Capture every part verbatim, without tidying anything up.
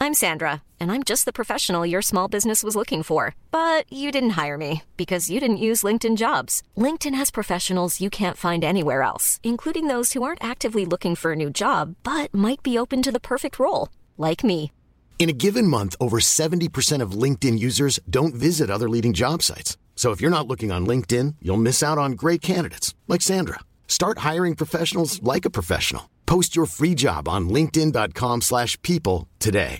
I'm Sandra, and I'm just the professional your small business was looking for. But you didn't hire me because you didn't use LinkedIn Jobs. LinkedIn has professionals you can't find anywhere else, including those who aren't actively looking for a new job, but might be open to the perfect role, like me. In a given month, over seventy percent of LinkedIn users don't visit other leading job sites. So if you're not looking on LinkedIn, you'll miss out on great candidates like Sandra. Start hiring professionals like a professional. Post your free job on linkedin dot com slash people today.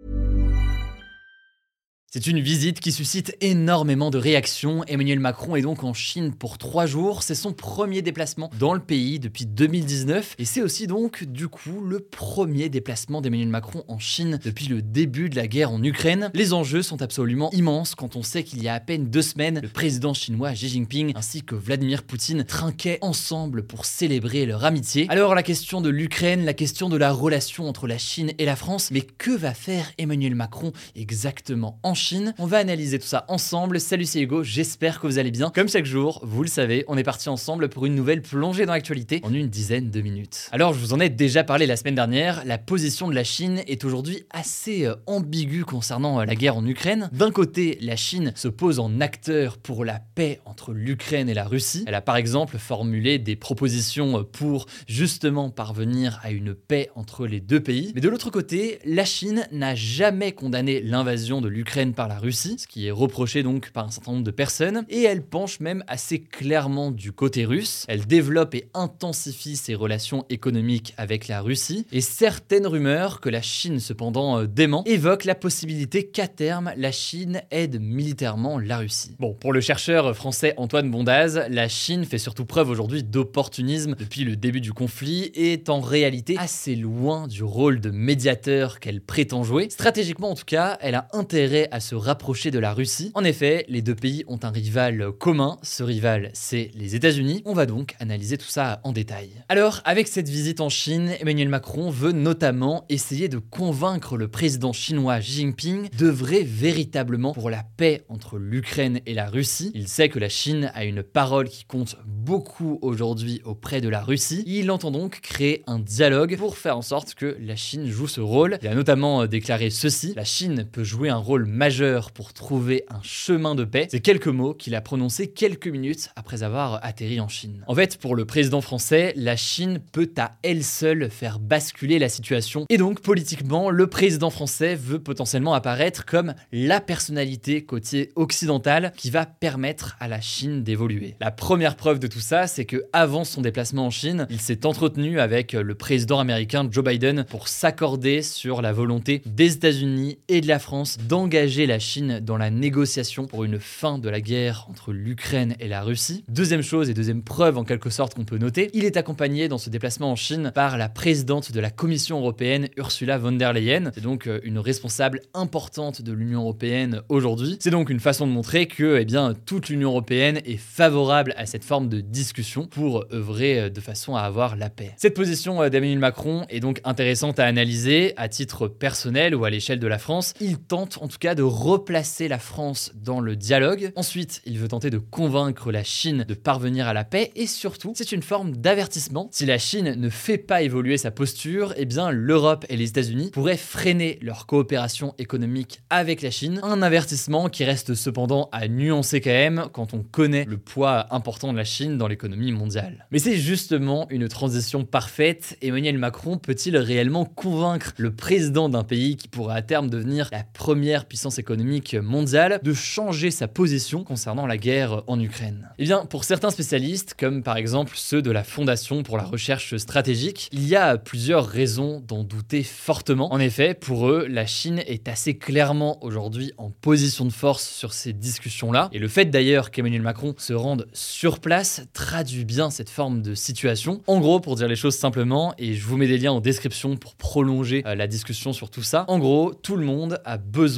C'est une visite qui suscite énormément de réactions. Emmanuel Macron est donc en Chine pour trois jours. C'est son premier déplacement dans le pays depuis deux mille dix-neuf. Et c'est aussi donc, du coup, le premier déplacement d'Emmanuel Macron en Chine depuis le début de la guerre en Ukraine. Les enjeux sont absolument immenses quand on sait qu'il y a à peine deux semaines, le président chinois Xi Jinping ainsi que Vladimir Poutine trinquaient ensemble pour célébrer leur amitié. Alors la question de l'Ukraine, la question de la relation entre la Chine et la France, mais que va faire Emmanuel Macron exactement en Chine ? Chine. On va analyser tout ça ensemble. Salut, c'est Hugo, j'espère que vous allez bien. Comme chaque jour, vous le savez, on est parti ensemble pour une nouvelle plongée dans l'actualité en une dizaine de minutes. Alors, je vous en ai déjà parlé la semaine dernière, la position de la Chine est aujourd'hui assez euh, ambiguë concernant euh, la guerre en Ukraine. D'un côté, la Chine se pose en acteur pour la paix entre l'Ukraine et la Russie. Elle a par exemple formulé des propositions pour justement parvenir à une paix entre les deux pays. Mais de l'autre côté, la Chine n'a jamais condamné l'invasion de l'Ukraine par la Russie, ce qui est reproché donc par un certain nombre de personnes, et elle penche même assez clairement du côté russe. Elle développe et intensifie ses relations économiques avec la Russie, et certaines rumeurs que la Chine cependant euh, dément évoquent la possibilité qu'à terme, la Chine aide militairement la Russie. Bon, pour le chercheur français Antoine Bondaz, la Chine fait surtout preuve aujourd'hui d'opportunisme depuis le début du conflit et est en réalité assez loin du rôle de médiateur qu'elle prétend jouer. Stratégiquement en tout cas, elle a intérêt à se rapprocher de la Russie. En effet, les deux pays ont un rival commun. Ce rival, c'est les États-Unis. On va donc analyser tout ça en détail. Alors, avec cette visite en Chine, Emmanuel Macron veut notamment essayer de convaincre le président chinois Xi Jinping d'œuvrer véritablement pour la paix entre l'Ukraine et la Russie. Il sait que la Chine a une parole qui compte beaucoup aujourd'hui auprès de la Russie. Il entend donc créer un dialogue pour faire en sorte que la Chine joue ce rôle. Il a notamment déclaré ceci: la Chine peut jouer un rôle majeur pour trouver un chemin de paix. C'est quelques mots qu'il a prononcés quelques minutes après avoir atterri en Chine. En fait, pour le président français, la Chine peut à elle seule faire basculer la situation. Et donc, politiquement, le président français veut potentiellement apparaître comme la personnalité côté occidental qui va permettre à la Chine d'évoluer. La première preuve de tout ça, c'est que avant son déplacement en Chine, il s'est entretenu avec le président américain Joe Biden pour s'accorder sur la volonté des États-Unis et de la France d'engager la Chine dans la négociation pour une fin de la guerre entre l'Ukraine et la Russie. Deuxième chose et deuxième preuve en quelque sorte qu'on peut noter, il est accompagné dans ce déplacement en Chine par la présidente de la Commission européenne, Ursula von der Leyen. C'est donc une responsable importante de l'Union européenne aujourd'hui. C'est donc une façon de montrer que eh bien, toute l'Union européenne est favorable à cette forme de discussion pour œuvrer de façon à avoir la paix. Cette position d'Emmanuel Macron est donc intéressante à analyser à titre personnel ou à l'échelle de la France. Il tente en tout cas de replacer la France dans le dialogue. Ensuite, il veut tenter de convaincre la Chine de parvenir à la paix et surtout, c'est une forme d'avertissement. Si la Chine ne fait pas évoluer sa posture, eh bien l'Europe et les États-Unis pourraient freiner leur coopération économique avec la Chine. Un avertissement qui reste cependant à nuancer quand même quand on connaît le poids important de la Chine dans l'économie mondiale. Mais c'est justement une transition parfaite. Emmanuel Macron peut-il réellement convaincre le président d'un pays qui pourrait à terme devenir la première puissance économique mondiale de changer sa position concernant la guerre en Ukraine? Eh bien, pour certains spécialistes, comme par exemple ceux de la Fondation pour la recherche stratégique, il y a plusieurs raisons d'en douter fortement. En effet, pour eux, la Chine est assez clairement aujourd'hui en position de force sur ces discussions-là. Et le fait d'ailleurs qu'Emmanuel Macron se rende sur place traduit bien cette forme de situation. En gros, pour dire les choses simplement, et je vous mets des liens en description pour prolonger euh, la discussion sur tout ça, en gros, tout le monde a besoin de la Chine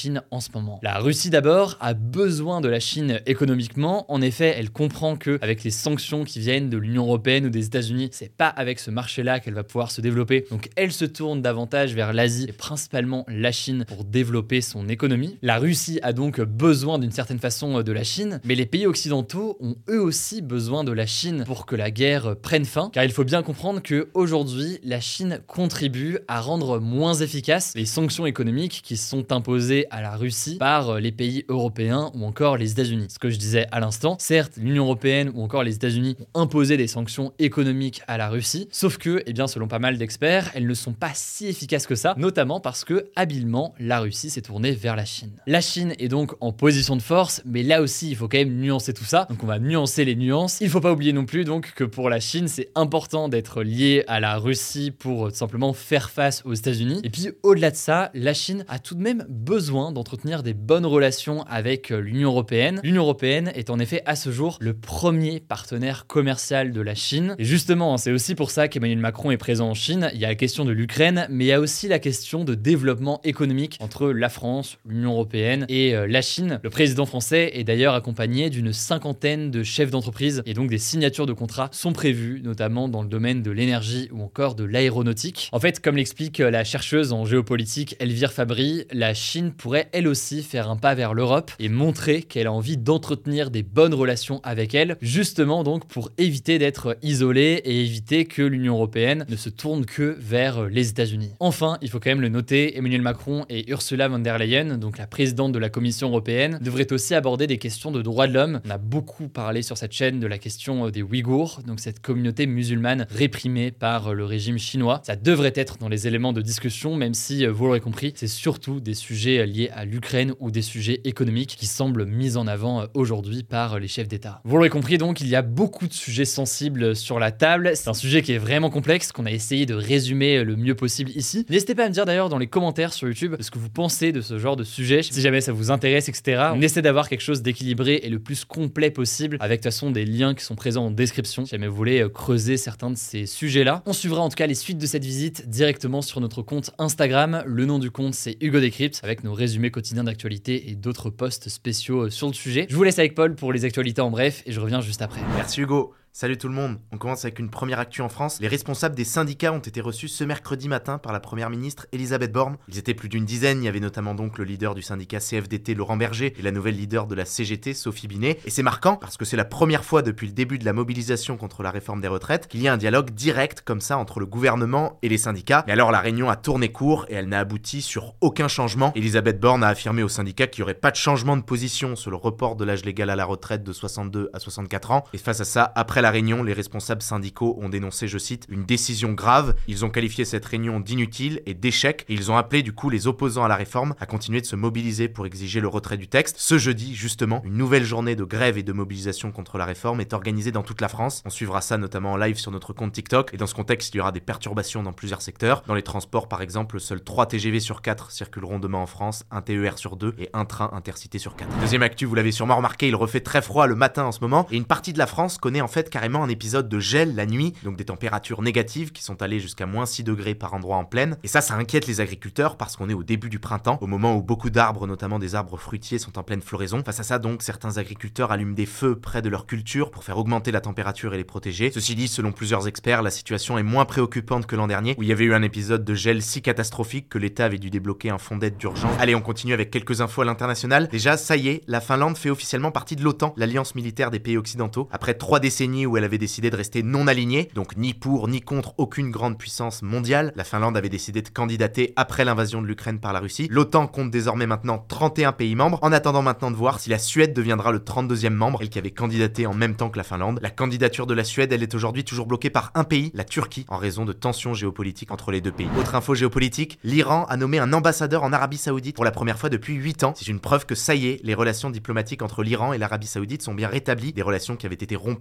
Chine en ce moment. La Russie d'abord a besoin de la Chine économiquement. En effet, elle comprend que avec les sanctions qui viennent de l'Union européenne ou des États-Unis, c'est pas avec ce marché-là qu'elle va pouvoir se développer. Donc elle se tourne davantage vers l'Asie et principalement la Chine pour développer son économie. La Russie a donc besoin d'une certaine façon de la Chine, mais les pays occidentaux ont eux aussi besoin de la Chine pour que la guerre prenne fin, car il faut bien comprendre que aujourd'hui, la Chine contribue à rendre moins efficaces les sanctions économiques qui sont imposées à la Russie par les pays européens ou encore les États-Unis. Ce que je disais à l'instant, certes, l'Union européenne ou encore les États-Unis ont imposé des sanctions économiques à la Russie, sauf que, eh bien, selon pas mal d'experts, elles ne sont pas si efficaces que ça, notamment parce que, habilement, la Russie s'est tournée vers la Chine. La Chine est donc en position de force, mais là aussi, il faut quand même nuancer tout ça, donc on va nuancer les nuances. Il faut pas oublier non plus donc que pour la Chine, c'est important d'être lié à la Russie pour tout simplement faire face aux États-Unis. Et puis, au-delà de ça, la Chine a tout de même besoin d'entretenir des bonnes relations avec l'Union européenne. L'Union européenne est en effet à ce jour le premier partenaire commercial de la Chine. Et justement, c'est aussi pour ça qu'Emmanuel Macron est présent en Chine. Il y a la question de l'Ukraine, mais il y a aussi la question de développement économique entre la France, l'Union européenne et euh, la Chine. Le président français est d'ailleurs accompagné d'une cinquantaine de chefs d'entreprise et donc des signatures de contrats sont prévues, notamment dans le domaine de l'énergie ou encore de l'aéronautique. En fait, comme l'explique la chercheuse en géopolitique Elvire Fabry, la Chine pourrait elle aussi faire un pas vers l'Europe et montrer qu'elle a envie d'entretenir des bonnes relations avec elle, justement donc pour éviter d'être isolée et éviter que l'Union européenne ne se tourne que vers les États-Unis. Enfin, il faut quand même le noter, Emmanuel Macron et Ursula von der Leyen, donc la présidente de la Commission européenne, devraient aussi aborder des questions de droits de l'homme. On a beaucoup parlé sur cette chaîne de la question des Ouïghours, donc cette communauté musulmane réprimée par le régime chinois. Ça devrait être dans les éléments de discussion, même si, vous l'aurez compris, c'est surtout des sujets liés à l'Ukraine ou des sujets économiques qui semblent mis en avant aujourd'hui par les chefs d'État. Vous l'aurez compris donc, il y a beaucoup de sujets sensibles sur la table. C'est un sujet qui est vraiment complexe, qu'on a essayé de résumer le mieux possible ici. N'hésitez pas à me dire d'ailleurs dans les commentaires sur YouTube ce que vous pensez de ce genre de sujet, si jamais ça vous intéresse, et cetera. On essaie d'avoir quelque chose d'équilibré et le plus complet possible, avec de toute façon des liens qui sont présents en description, si jamais vous voulez creuser certains de ces sujets-là. On suivra en tout cas les suites de cette visite directement sur notre compte Instagram. Le nom du compte, c'est Hugo Décrypte, avec nos résumés quotidiens d'actualité et d'autres posts spéciaux sur le sujet. Je vous laisse avec Paul pour les actualités en bref et je reviens juste après. Merci Hugo. Salut tout le monde, on commence avec une première actu en France. Les responsables des syndicats ont été reçus ce mercredi matin par la première ministre Elisabeth Borne. Ils étaient plus d'une dizaine, il y avait notamment donc le leader du syndicat C F D T Laurent Berger et la nouvelle leader de la C G T Sophie Binet. Et c'est marquant parce que c'est la première fois depuis le début de la mobilisation contre la réforme des retraites qu'il y a un dialogue direct comme ça entre le gouvernement et les syndicats. Mais alors la réunion a tourné court et elle n'a abouti sur aucun changement. Elisabeth Borne a affirmé aux syndicats qu'il n'y aurait pas de changement de position sur le report de l'âge légal à la retraite de soixante-deux à soixante-quatre ans. Et face à ça, après la réunion, les responsables syndicaux ont dénoncé, je cite, une décision grave. Ils ont qualifié cette réunion d'inutile et d'échec et ils ont appelé du coup les opposants à la réforme à continuer de se mobiliser pour exiger le retrait du texte. Ce jeudi, justement, une nouvelle journée de grève et de mobilisation contre la réforme est organisée dans toute la France. On suivra ça notamment en live sur notre compte TikTok et dans ce contexte, il y aura des perturbations dans plusieurs secteurs. Dans les transports par exemple, seuls trois T G V sur quatre circuleront demain en France, un T E R sur deux et un train intercité sur quatre. Deuxième actu, vous l'avez sûrement remarqué, il refait très froid le matin en ce moment et une partie de la France connaît en fait carrément un épisode de de gel la nuit, donc des températures négatives qui sont allées jusqu'à moins six degrés par endroit en plaine. Et ça, ça inquiète les agriculteurs parce qu'on est au début du printemps, au moment où beaucoup d'arbres, notamment des arbres fruitiers, sont en pleine floraison. Face à ça, donc, certains agriculteurs allument des feux près de leurs cultures pour faire augmenter la température et les protéger. Ceci dit, selon plusieurs experts, la situation est moins préoccupante que l'an dernier, où il y avait eu un épisode de gel si catastrophique que l'État avait dû débloquer un fonds d'aide d'urgence. Allez, on continue avec quelques infos à l'international. Déjà, ça y est, la Finlande fait officiellement partie de l'OTAN, l'alliance militaire des pays occidentaux, après trois décennies où elle avait décidé de rester non alignée, donc ni pour ni contre aucune grande puissance mondiale. La Finlande avait décidé de candidater après l'invasion de l'Ukraine par la Russie. L'OTAN compte désormais maintenant trente et un pays membres, en attendant maintenant de voir si la Suède deviendra le trente-deuxième membre, elle qui avait candidaté en même temps que la Finlande. La candidature de la Suède, elle est aujourd'hui toujours bloquée par un pays, la Turquie, en raison de tensions géopolitiques entre les deux pays. Autre info géopolitique, l'Iran a nommé un ambassadeur en Arabie Saoudite pour la première fois depuis huit ans. C'est une preuve que ça y est, les relations diplomatiques entre l'Iran et l'Arabie Saoudite sont bien rétablies, des relations qui avaient été rompues en deux mille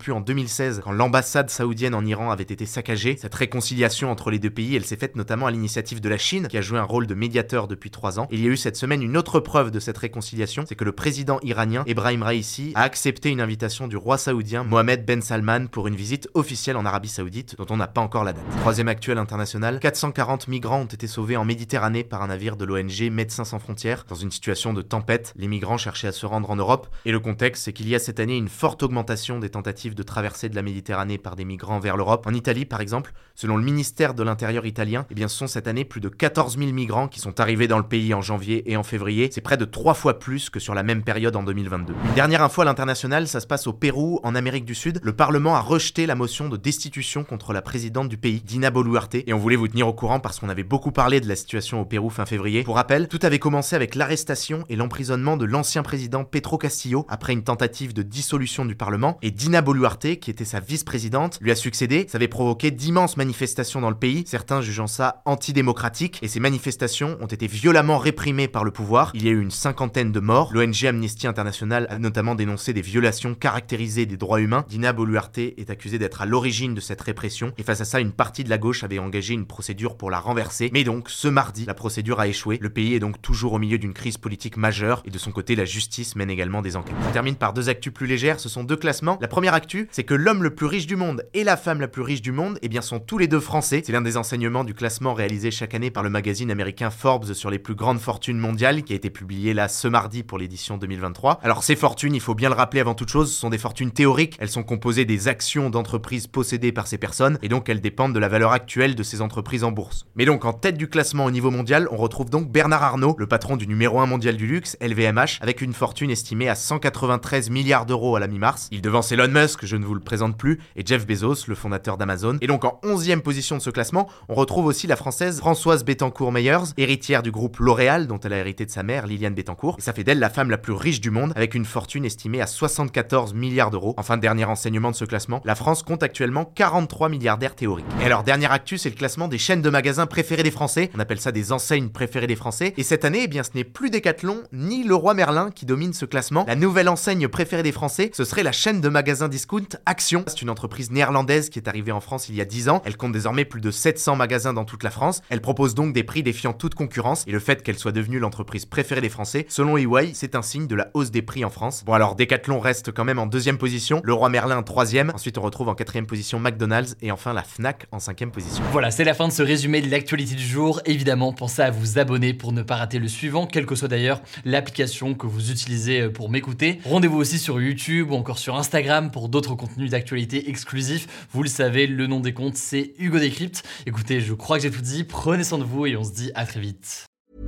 mille seize, quand l'ambassade saoudienne en Iran avait été saccagée. Cette réconciliation entre les deux pays, elle s'est faite notamment à l'initiative de la Chine, qui a joué un rôle de médiateur depuis trois ans. Et il y a eu cette semaine une autre preuve de cette réconciliation, c'est que le président iranien, Ebrahim Raisi, a accepté une invitation du roi saoudien Mohammed Ben Salman pour une visite officielle en Arabie Saoudite, dont on n'a pas encore la date. Troisième actuel international, quatre cent quarante migrants ont été sauvés en Méditerranée par un navire de l'O N G Médecins sans frontières. Dans une situation de tempête, les migrants cherchaient à se rendre en Europe. Et le contexte, c'est qu'il y a cette année une forte augmentation des tentatives de traversée de la Méditerranée par des migrants vers l'Europe. En Italie, par exemple, selon le ministère de l'Intérieur italien, eh bien, ce sont cette année plus de quatorze mille migrants qui sont arrivés dans le pays en janvier et en février. C'est près de trois fois plus que sur la même période en deux mille vingt-deux. Une dernière info à l'international, ça se passe au Pérou, en Amérique du Sud. Le Parlement a rejeté la motion de destitution contre la présidente du pays, Dina Boluarte, et on voulait vous tenir au courant parce qu'on avait beaucoup parlé de la situation au Pérou fin février. Pour rappel, tout avait commencé avec l'arrestation et l'emprisonnement de l'ancien président Pedro Castillo après une tentative de dissolution du Parlement, et Dina Boluarte, qui était sa vice-présidente, lui a succédé. Ça avait provoqué d'immenses manifestations dans le pays, certains jugeant ça antidémocratique, et ces manifestations ont été violemment réprimées par le pouvoir. Il y a eu une cinquantaine de morts. L'O N G Amnesty International a notamment dénoncé des violations caractérisées des droits humains. Dina Boluarte est accusée d'être à l'origine de cette répression, et face à ça, une partie de la gauche avait engagé une procédure pour la renverser. Mais donc, ce mardi, la procédure a échoué. Le pays est donc toujours au milieu d'une crise politique majeure, et de son côté, la justice mène également des enquêtes. On termine par deux actus plus légères, ce sont deux classements. La première actu, c'est que l'homme le plus riche du monde et la femme la plus riche du monde, eh bien, sont tous les deux français. C'est l'un des enseignements du classement réalisé chaque année par le magazine américain Forbes sur les plus grandes fortunes mondiales, qui a été publié là ce mardi pour l'édition deux mille vingt-trois. Alors ces fortunes, il faut bien le rappeler avant toute chose, ce sont des fortunes théoriques. Elles sont composées des actions d'entreprises possédées par ces personnes, et donc elles dépendent de la valeur actuelle de ces entreprises en bourse. Mais donc en tête du classement au niveau mondial, on retrouve donc Bernard Arnault, le patron du numéro un mondial du luxe, L V M H, avec une fortune estimée à cent quatre-vingt-treize milliards d'euros à la mi-mars. Il devance Elon Musk, je ne vous le présente plus, et Jeff Bezos, le fondateur d'Amazon. Et donc en onzième position de ce classement, on retrouve aussi la française Françoise Bettencourt-Meyers, héritière du groupe L'Oréal, dont elle a hérité de sa mère, Liliane Bettencourt. Et ça fait d'elle la femme la plus riche du monde, avec une fortune estimée à soixante-quatorze milliards d'euros. Enfin, dernier enseignement de ce classement, la France compte actuellement quarante-trois milliardaires théoriques. Et alors, dernière actu, c'est le classement des chaînes de magasins préférées des Français. On appelle ça des enseignes préférées des Français. Et cette année, eh bien, ce n'est plus Decathlon, ni Leroy Merlin qui domine ce classement. La nouvelle enseigne préférée des Français, ce serait la chaîne de magasins discount Action. C'est une entreprise néerlandaise qui est arrivée en France il y a dix ans. Elle compte désormais plus de sept cents magasins dans toute la France. Elle propose donc des prix défiant toute concurrence. Et le fait qu'elle soit devenue l'entreprise préférée des Français, selon E Y, c'est un signe de la hausse des prix en France. Bon alors, Decathlon reste quand même en deuxième position, Leroy Merlin en troisième. Ensuite, on retrouve en quatrième position McDonald's et enfin la Fnac en cinquième position. Voilà, c'est la fin de ce résumé de l'actualité du jour. Évidemment, pensez à vous abonner pour ne pas rater le suivant, quelle que soit d'ailleurs l'application que vous utilisez pour m'écouter. Rendez-vous aussi sur YouTube ou encore sur Instagram pour d'autres contenus d'actualité exclusifs. Vous le savez, le nom des comptes, c'est Hugo Décrypte. Écoutez, je crois que j'ai tout dit. Prenez soin de vous et on se dit à très vite.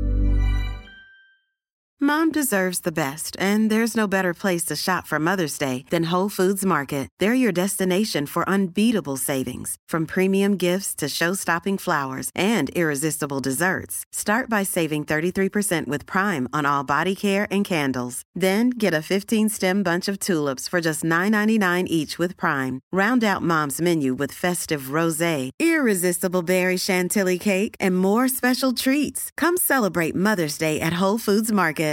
Mom deserves the best, and there's no better place to shop for Mother's Day than Whole Foods Market. They're your destination for unbeatable savings, from premium gifts to show-stopping flowers and irresistible desserts. Start by saving thirty-three percent with Prime on all body care and candles. Then get a fifteen-stem bunch of tulips for just nine ninety-nine each with Prime. Round out Mom's menu with festive rosé, irresistible berry chantilly cake, and more special treats. Come celebrate Mother's Day at Whole Foods Market.